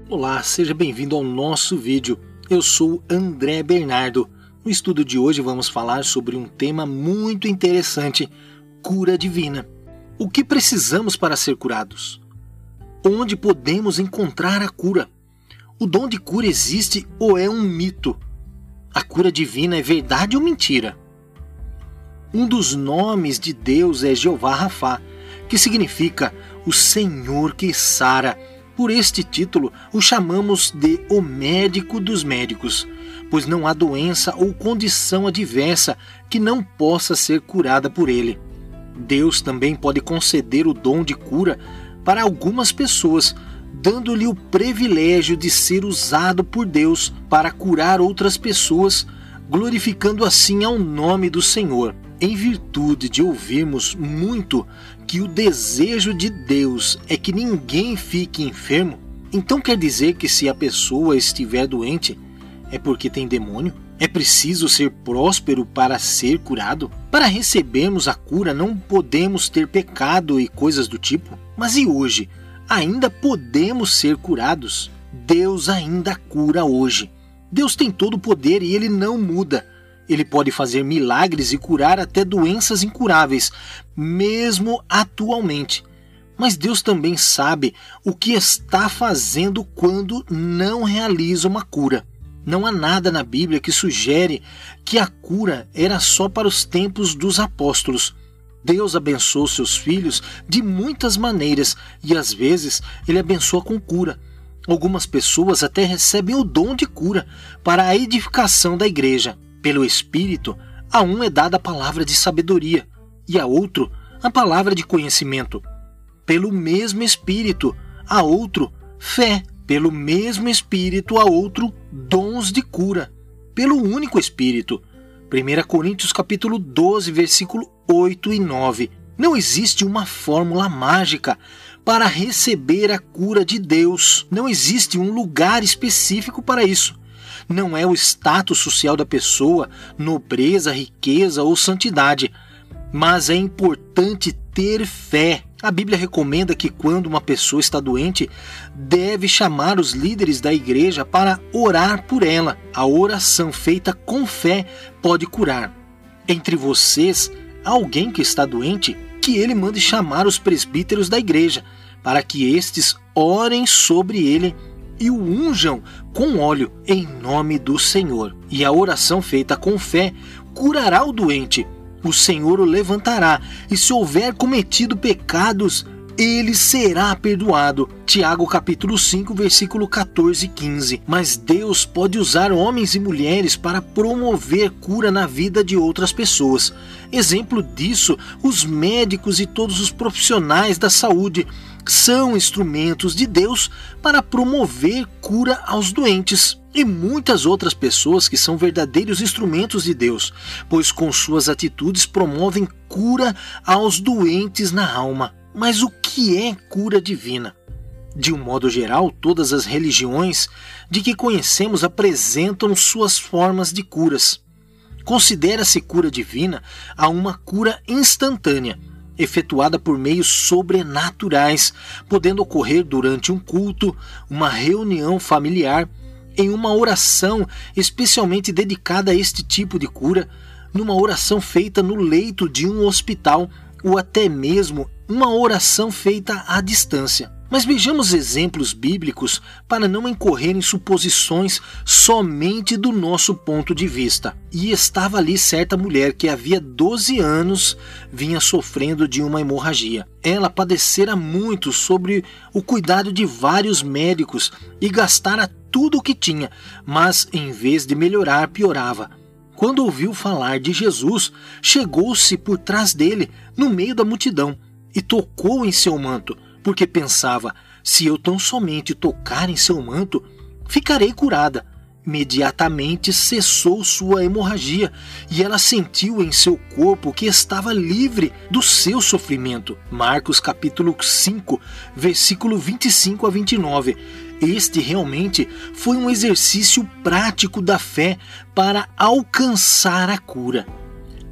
Olá, seja bem-vindo ao nosso vídeo. Eu sou André Bernardo. No estudo de hoje vamos falar sobre um tema muito interessante, cura divina. O que precisamos para ser curados? Onde podemos encontrar a cura? O dom de cura existe ou é um mito? A cura divina é verdade ou mentira? Um dos nomes de Deus é Jeová Rafá, que significa o Senhor que sara. Por este título, o chamamos de o médico dos médicos, pois não há doença ou condição adversa que não possa ser curada por ele. Deus também pode conceder o dom de cura para algumas pessoas, dando-lhe o privilégio de ser usado por Deus para curar outras pessoas, glorificando assim ao nome do Senhor. Em virtude de ouvirmos muito que o desejo de Deus é que ninguém fique enfermo, então quer dizer que se a pessoa estiver doente, é porque tem demônio? É preciso ser próspero para ser curado? Para recebermos a cura não podemos ter pecado e coisas do tipo? Mas e hoje? Ainda podemos ser curados? Deus ainda cura hoje. Deus tem todo o poder e Ele não muda. Ele pode fazer milagres e curar até doenças incuráveis, mesmo atualmente. Mas Deus também sabe o que está fazendo quando não realiza uma cura. Não há nada na Bíblia que sugere que a cura era só para os tempos dos apóstolos. Deus abençoou seus filhos de muitas maneiras e às vezes Ele abençoa com cura. Algumas pessoas até recebem o dom de cura para a edificação da igreja. Pelo Espírito, a um é dada a palavra de sabedoria e a outro a palavra de conhecimento. Pelo mesmo Espírito, a outro fé. Pelo mesmo Espírito, a outro dons de cura. Pelo único Espírito. 1 Coríntios capítulo 12, versículo 8 e 9. Não existe uma fórmula mágica para receber a cura de Deus. Não existe um lugar específico para isso. Não é o status social da pessoa, nobreza, riqueza ou santidade, mas é importante ter fé. A Bíblia recomenda que quando uma pessoa está doente, deve chamar os líderes da igreja para orar por ela. A oração feita com fé pode curar. Entre vocês, há alguém que está doente, que ele mande chamar os presbíteros da igreja, para que estes orem sobre ele e o unjam com óleo em nome do Senhor. E a oração feita com fé curará o doente. O Senhor o levantará, e se houver cometido pecados, ele será perdoado. Tiago capítulo 5, versículo 14 e 15. Mas Deus pode usar homens e mulheres para promover cura na vida de outras pessoas. Exemplo disso, os médicos e todos os profissionais da saúde são instrumentos de Deus para promover cura aos doentes. E muitas outras pessoas que são verdadeiros instrumentos de Deus, pois com suas atitudes promovem cura aos doentes na alma. Mas o que é cura divina? De um modo geral, todas as religiões de que conhecemos apresentam suas formas de curas. Considera-se cura divina a uma cura instantânea, efetuada por meios sobrenaturais, podendo ocorrer durante um culto, uma reunião familiar, em uma oração especialmente dedicada a este tipo de cura, numa oração feita no leito de um hospital ou até mesmo uma oração feita à distância. Mas vejamos exemplos bíblicos para não incorrer em suposições somente do nosso ponto de vista. E estava ali certa mulher que havia 12 anos vinha sofrendo de uma hemorragia. Ela padecera muito sobre o cuidado de vários médicos e gastara tudo o que tinha, mas em vez de melhorar, piorava. Quando ouviu falar de Jesus, chegou-se por trás dele, no meio da multidão, e tocou em seu manto, porque pensava, se eu tão somente tocar em seu manto, ficarei curada. Imediatamente cessou sua hemorragia e ela sentiu em seu corpo que estava livre do seu sofrimento. Marcos capítulo 5, versículo 25 a 29. Este realmente foi um exercício prático da fé para alcançar a cura.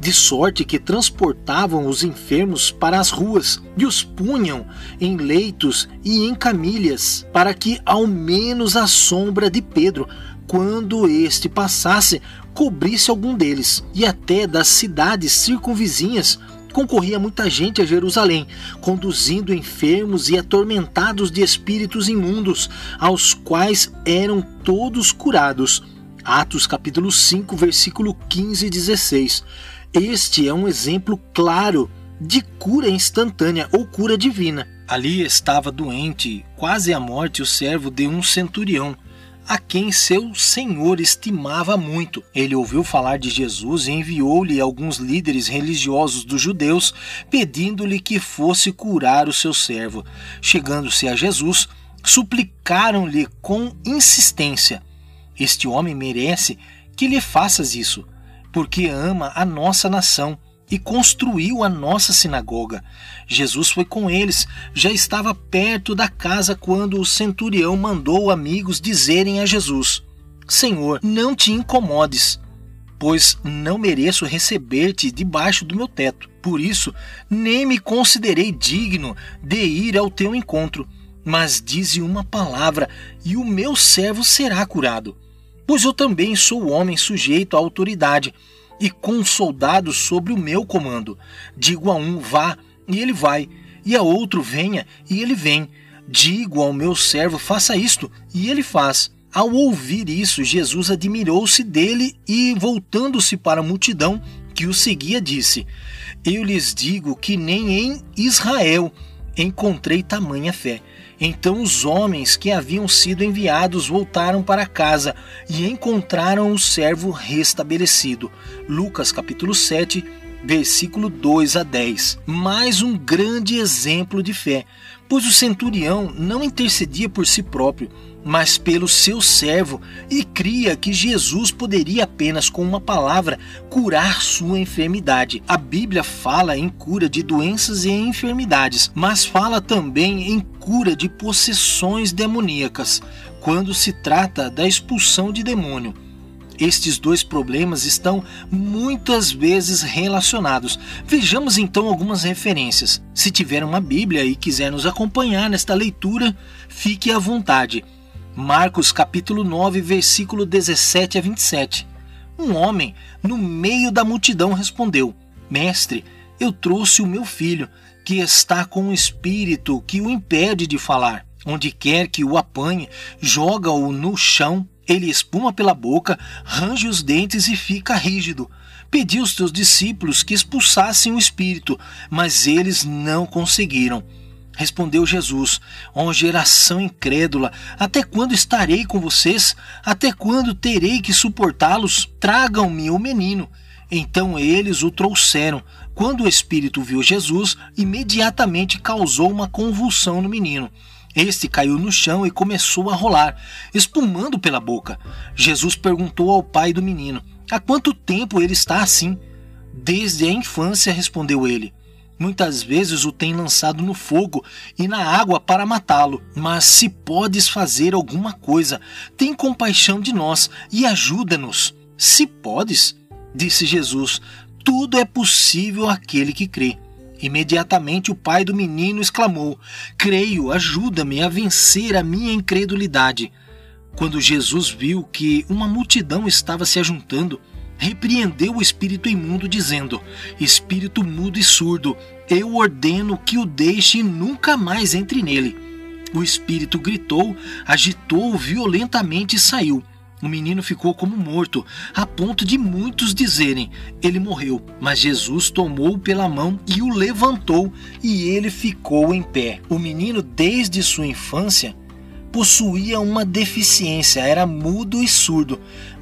de sorte que transportavam os enfermos para as ruas e os punham em leitos e em camilhas, para que ao menos a sombra de Pedro, quando este passasse, cobrisse algum deles. E até das cidades circunvizinhas concorria muita gente a Jerusalém, conduzindo enfermos e atormentados de espíritos imundos, aos quais eram todos curados. Atos capítulo 5, versículo 15 e 16. Este é um exemplo claro de cura instantânea ou cura divina. Ali estava doente, quase à morte, o servo de um centurião, a quem seu senhor estimava muito. Ele ouviu falar de Jesus e enviou-lhe alguns líderes religiosos dos judeus, pedindo-lhe que fosse curar o seu servo. Chegando-se a Jesus, suplicaram-lhe com insistência: este homem merece que lhe faças isso, porque ama a nossa nação e construiu a nossa sinagoga. Jesus foi com eles, já estava perto da casa quando o centurião mandou amigos dizerem a Jesus: Senhor, não te incomodes, pois não mereço receber-te debaixo do meu teto. Por isso, nem me considerei digno de ir ao teu encontro, mas dize uma palavra e o meu servo será curado. Pois eu também sou homem sujeito à autoridade e com soldados sobre o meu comando. Digo a um: vá, e ele vai, e a outro: venha, e ele vem. Digo ao meu servo: faça isto, e ele faz. Ao ouvir isso, Jesus admirou-se dele e, voltando-se para a multidão que o seguia, disse: eu lhes digo que nem em Israel encontrei tamanha fé. Então os homens que haviam sido enviados voltaram para casa e encontraram o servo restabelecido. Lucas capítulo 7, versículo 2 a 10. Mais um grande exemplo de fé, pois o centurião não intercedia por si próprio, mas pelo seu servo, e cria que Jesus poderia apenas com uma palavra curar sua enfermidade. A Bíblia fala em cura de doenças e enfermidades, mas fala também em cura de possessões demoníacas, quando se trata da expulsão de demônio. Estes dois problemas estão muitas vezes relacionados. Vejamos então algumas referências. Se tiver uma Bíblia e quiser nos acompanhar nesta leitura, fique à vontade. Marcos capítulo 9, versículo 17 a 27. Um homem no meio da multidão respondeu: Mestre, eu trouxe o meu filho, que está com um espírito que o impede de falar. Onde quer que o apanhe, joga-o no chão, ele espuma pela boca, range os dentes e fica rígido. Pedi aos teus discípulos que expulsassem o espírito, mas eles não conseguiram. Respondeu Jesus: ó geração incrédula, até quando estarei com vocês? Até quando terei que suportá-los? Tragam-me o menino. Então eles o trouxeram. Quando o espírito viu Jesus, imediatamente causou uma convulsão no menino. Este caiu no chão e começou a rolar, espumando pela boca. Jesus perguntou ao pai do menino: há quanto tempo ele está assim? Desde a infância, respondeu ele. Muitas vezes o tem lançado no fogo e na água para matá-lo. Mas se podes fazer alguma coisa, tem compaixão de nós e ajuda-nos. Se podes, disse Jesus, tudo é possível àquele que crê. Imediatamente o pai do menino exclamou: creio, ajuda-me a vencer a minha incredulidade. Quando Jesus viu que uma multidão estava se ajuntando, repreendeu o espírito imundo, dizendo: espírito mudo e surdo, eu ordeno que o deixe e nunca mais entre nele. O espírito gritou, agitou-o violentamente e saiu. O menino ficou como morto, a ponto de muitos dizerem: ele morreu. Mas Jesus tomou-o pela mão e o levantou, e ele ficou em pé. O menino, desde sua infância, possuía uma deficiência, era mudo e surdo,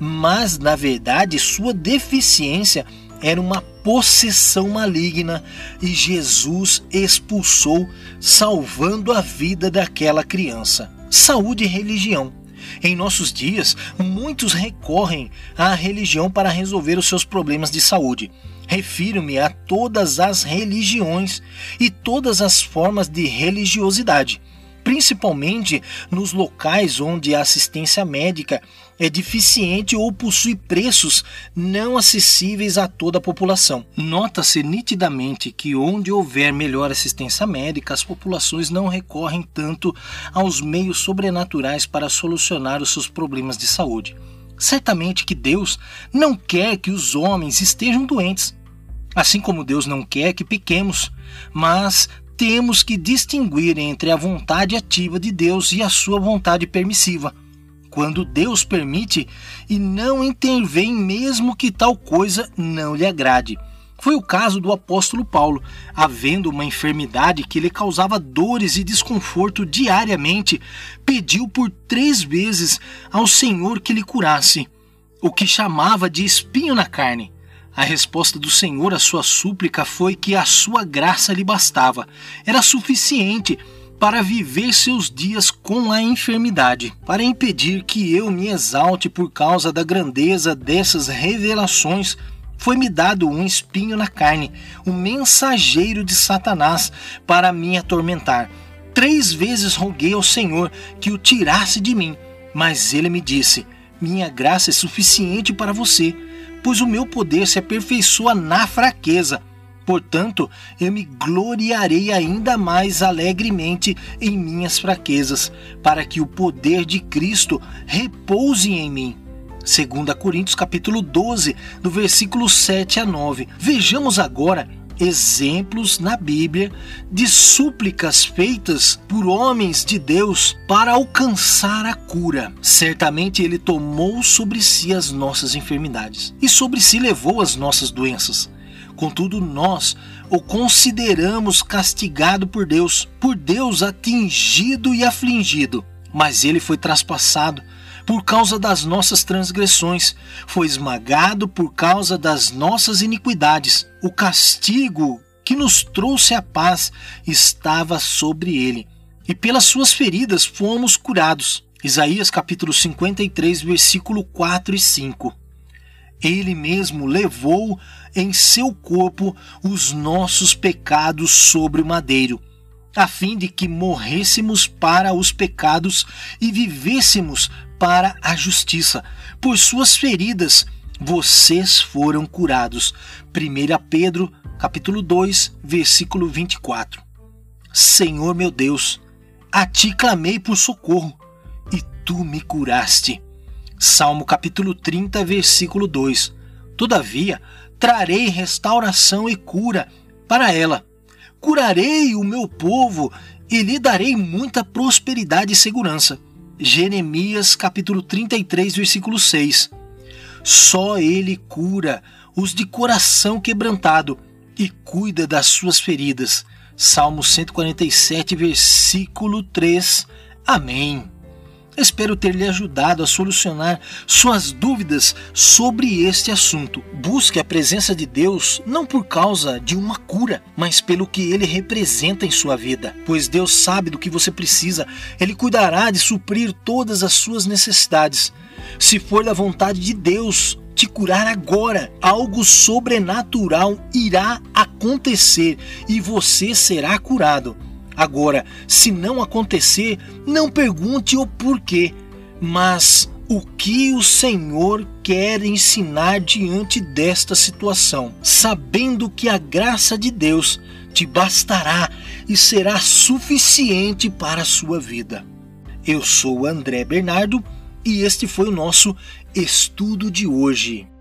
mas na verdade sua deficiência era uma possessão maligna e Jesus expulsou, salvando a vida daquela criança. Saúde e religião. Em nossos dias, muitos recorrem à religião para resolver os seus problemas de saúde. Refiro-me a todas as religiões e todas as formas de religiosidade. principalmente nos locais onde a assistência médica é deficiente ou possui preços não acessíveis a toda a população. Nota-se nitidamente que onde houver melhor assistência médica, as populações não recorrem tanto aos meios sobrenaturais para solucionar os seus problemas de saúde. Certamente que Deus não quer que os homens estejam doentes, assim como Deus não quer que pequemos, mas temos que distinguir entre a vontade ativa de Deus e a sua vontade permissiva. Quando Deus permite e não intervém mesmo que tal coisa não lhe agrade. Foi o caso do apóstolo Paulo, havendo uma enfermidade que lhe causava dores e desconforto diariamente, pediu por 3 vezes ao Senhor que lhe curasse, o que chamava de espinho na carne. A resposta do Senhor à sua súplica foi que a sua graça lhe bastava, era suficiente para viver seus dias com a enfermidade. Para impedir que eu me exalte por causa da grandeza dessas revelações, foi-me dado um espinho na carne, um mensageiro de Satanás para me atormentar. 3 vezes roguei ao Senhor que o tirasse de mim, mas ele me disse: minha graça é suficiente para você, pois o meu poder se aperfeiçoa na fraqueza. Portanto, eu me gloriarei ainda mais alegremente em minhas fraquezas, para que o poder de Cristo repouse em mim. 2 Coríntios capítulo 12, do versículo 7 a 9. Vejamos agora exemplos na Bíblia de súplicas feitas por homens de Deus para alcançar a cura. Certamente ele tomou sobre si as nossas enfermidades e sobre si levou as nossas doenças. Contudo, nós o consideramos castigado por Deus atingido e afligido. Mas ele foi traspassado por causa das nossas transgressões, foi esmagado por causa das nossas iniquidades. O castigo que nos trouxe a paz estava sobre ele, e pelas suas feridas fomos curados. Isaías capítulo 53, versículo 4 e 5. Ele mesmo levou em seu corpo os nossos pecados sobre o madeiro, a fim de que morrêssemos para os pecados e vivêssemos para a justiça. Por suas feridas vocês foram curados. 1 Pedro capítulo 2, versículo 24. Senhor meu Deus, a ti clamei por socorro, e tu me curaste. Salmo capítulo 30, versículo 2. Todavia, trarei restauração e cura para ela. Curarei o meu povo e lhe darei muita prosperidade e segurança. Jeremias capítulo 33, versículo 6. Só ele cura os de coração quebrantado e cuida das suas feridas. Salmo 147, versículo 3. Amém. Espero ter lhe ajudado a solucionar suas dúvidas sobre este assunto. Busque a presença de Deus não por causa de uma cura, mas pelo que Ele representa em sua vida. Pois Deus sabe do que você precisa, Ele cuidará de suprir todas as suas necessidades. Se for da vontade de Deus te curar agora, algo sobrenatural irá acontecer e você será curado. Agora, se não acontecer, não pergunte o porquê, mas o que o Senhor quer ensinar diante desta situação, sabendo que a graça de Deus te bastará e será suficiente para a sua vida. Eu sou André Bernardo e este foi o nosso estudo de hoje.